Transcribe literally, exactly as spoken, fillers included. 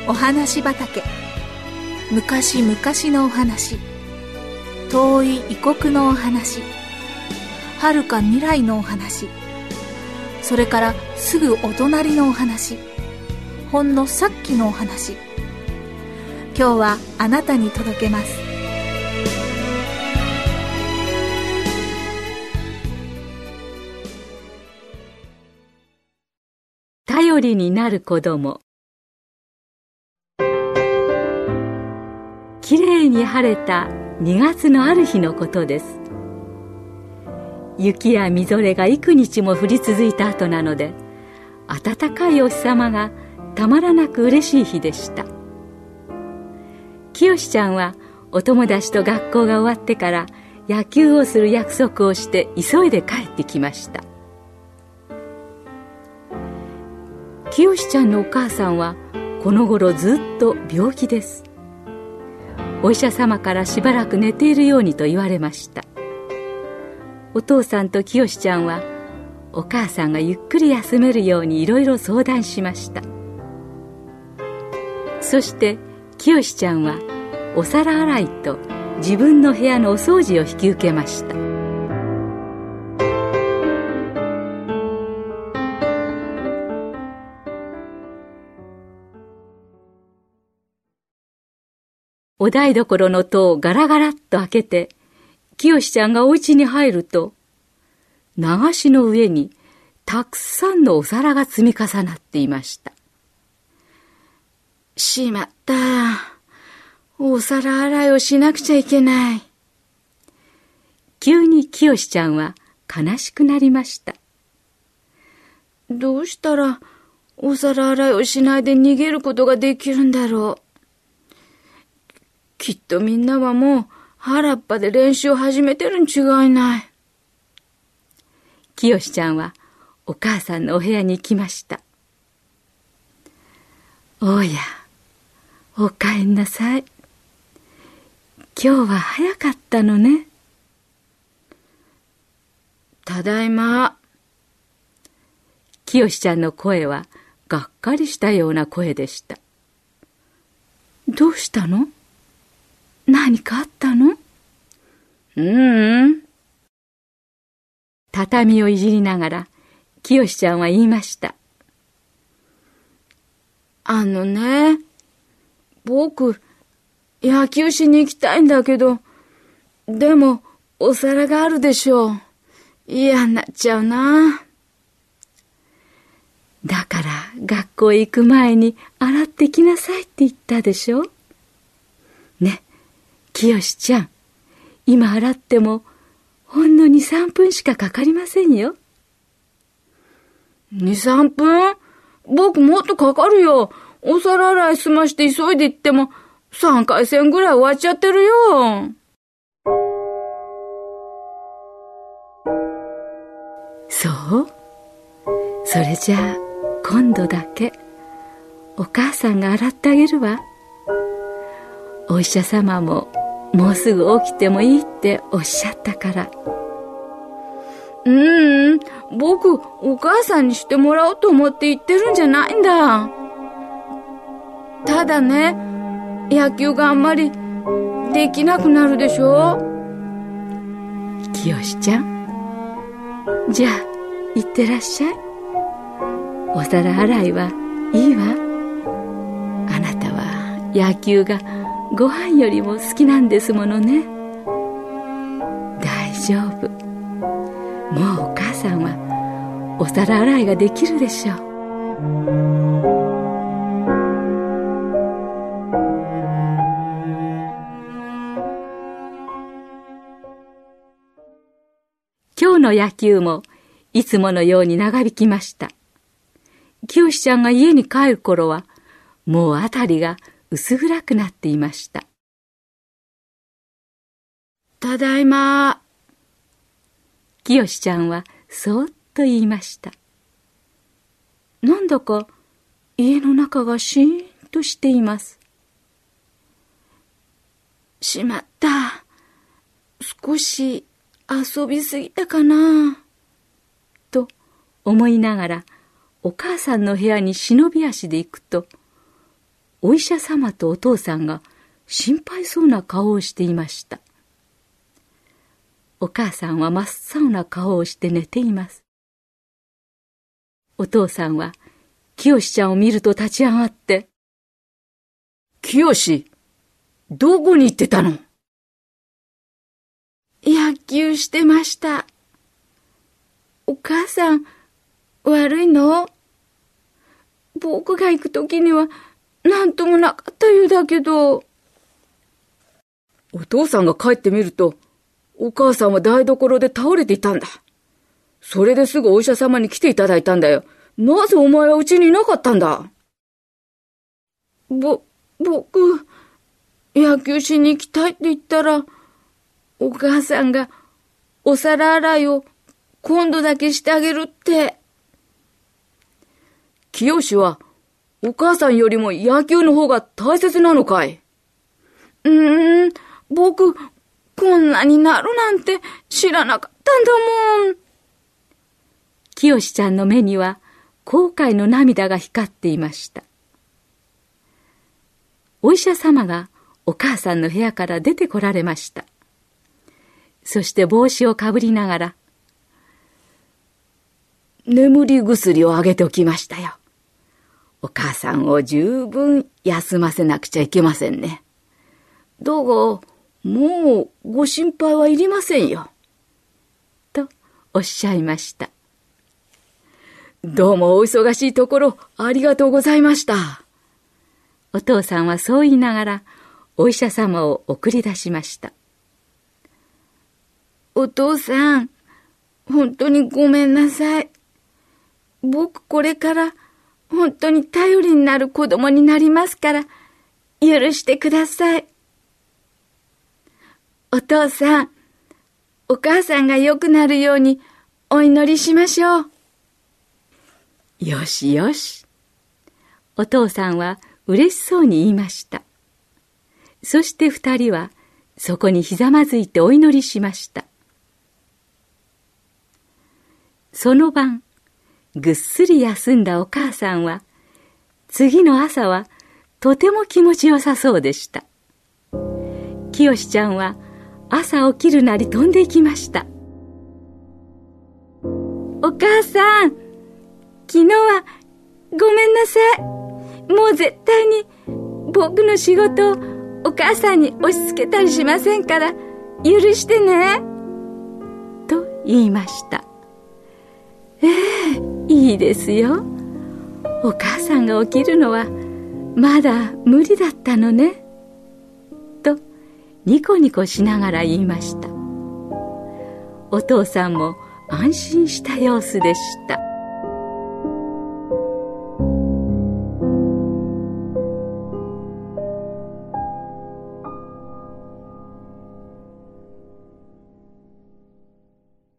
お話畑。昔々のお話、遠い異国のお話、遥か未来のお話、それからすぐお隣のお話、ほんのさっきのお話。今日はあなたに届けます。 頼りになる子供。きれいに晴れたにがつのある日のことです。雪やみぞれが幾日も降り続いた後なので、暖かいお日様がたまらなく嬉しい日でした。きよしちゃんはお友達と学校が終わってから野球をする約束をして急いで帰ってきました。きよしちゃんのお母さんはこの頃ずっと病気です。お医者様からしばらく寝ているようにと言われました。お父さんときよしちゃんはお母さんがゆっくり休めるようにいろいろ相談しました。そしてきよしちゃんはお皿洗いと自分の部屋のお掃除を引き受けました。お台所の戸をガラガラっと開けて、きよしちゃんがお家に入ると、流しの上にたくさんのお皿が積み重なっていました。しまった。お皿洗いをしなくちゃいけない。急にきよしちゃんは悲しくなりました。どうしたらお皿洗いをしないで逃げることができるんだろう。きっとみんなはもう原っぱで練習を始めてるに違いない。きよしちゃんはお母さんのお部屋に行きました。おや、おかえんなさい。今日は早かったのね。ただいま。きよしちゃんの声はがっかりしたような声でした。どうしたの？何かあったの？ううん。畳をいじりながらきよしちゃんは言いました。あのね、僕野球しに行きたいんだけど、でもお皿があるでしょう。嫌になっちゃうな。だから学校へ行く前に洗ってきなさいって言ったでしょ。ね、きよしちゃん、今洗ってもほんのに、さんぷんしかかかりませんよ。に、さんぷん？僕もっとかかるよ。お皿洗い済まして急いで行ってもさんかいせんぐらい終わっちゃってるよ。そう？それじゃあ今度だけお母さんが洗ってあげるわ。お医者様ももうすぐ起きてもいいっておっしゃったから。うーん、僕お母さんにしてもらおうと思って言ってるんじゃないんだ。ただね、野球があんまりできなくなるでしょ。きよしちゃん、じゃあ行ってらっしゃい。お皿洗いはいいわ。あなたは野球がご飯よりも好きなんですものね。大丈夫。もうお母さんはお皿洗いができるでしょう。今日の野球もいつものように長引きました。きよしちゃんが家に帰る頃はもうあたりが薄暗くなっていました。ただいま。きよしちゃんはそーっと言いました。なんだか家の中がシーンとしています。しまった。少し遊びすぎたかなと思いながらお母さんの部屋に忍び足で行くと、 お医者様とお父さんが心配そうな顔をしていました。お母さんは真っ青な顔をして寝ています。お父さんは清ちゃんを見ると立ち上がって、清、どこに行ってたの？ 野球してました。お母さん、悪いの？僕が行くときには何ともなかったようだけど。 お父さんが帰ってみると、お母さんは台所で倒れていたんだ。それですぐお医者様に来ていただいたんだよ。なぜお前はうちにいなかったんだ？ ぼ、僕、野球しに行きたいって言ったら、お母さんがお皿洗いを今度だけしてあげるって。 清はお母さんよりも野球の方が大切なのかい？ うーん、僕、こんなになるなんて知らなかったんだもん。 清ちゃんの目には後悔の涙が光っていました。お医者様がお母さんの部屋から出てこられました。そして帽子をかぶりながら、 眠り薬をあげておきましたよ。お母さんを十分休ませなくちゃいけませんね。だが、もうご心配はいりませんよ。 とおっしゃいました。 どうもお忙しいところありがとうございました。 お父さんはそう言いながらお医者様を送り出しました。 お父さん、本当にごめんなさい。僕これから本当に頼りになる子供になりますから許してください。お父さん、お母さんが良くなるようにお祈りしましょう。 よしよし。お父さんは嬉しそうに言いました。そして二人はそこにひざまずいてお祈りしました。その晩、ぐっすり休んだお母さんは、次の朝はとても気持ちよさそうでした。清ちゃんは朝起きるなり飛んでいきました。 お母さん、昨日はごめんなさい。もう絶対に僕の仕事をお母さんに押し付けたりしませんから許してね。 と言いました。ええ、いいですよ。お母さんが起きるのはまだ無理だったのね。とニコニコしながら言いました。お父さんも安心した様子でした。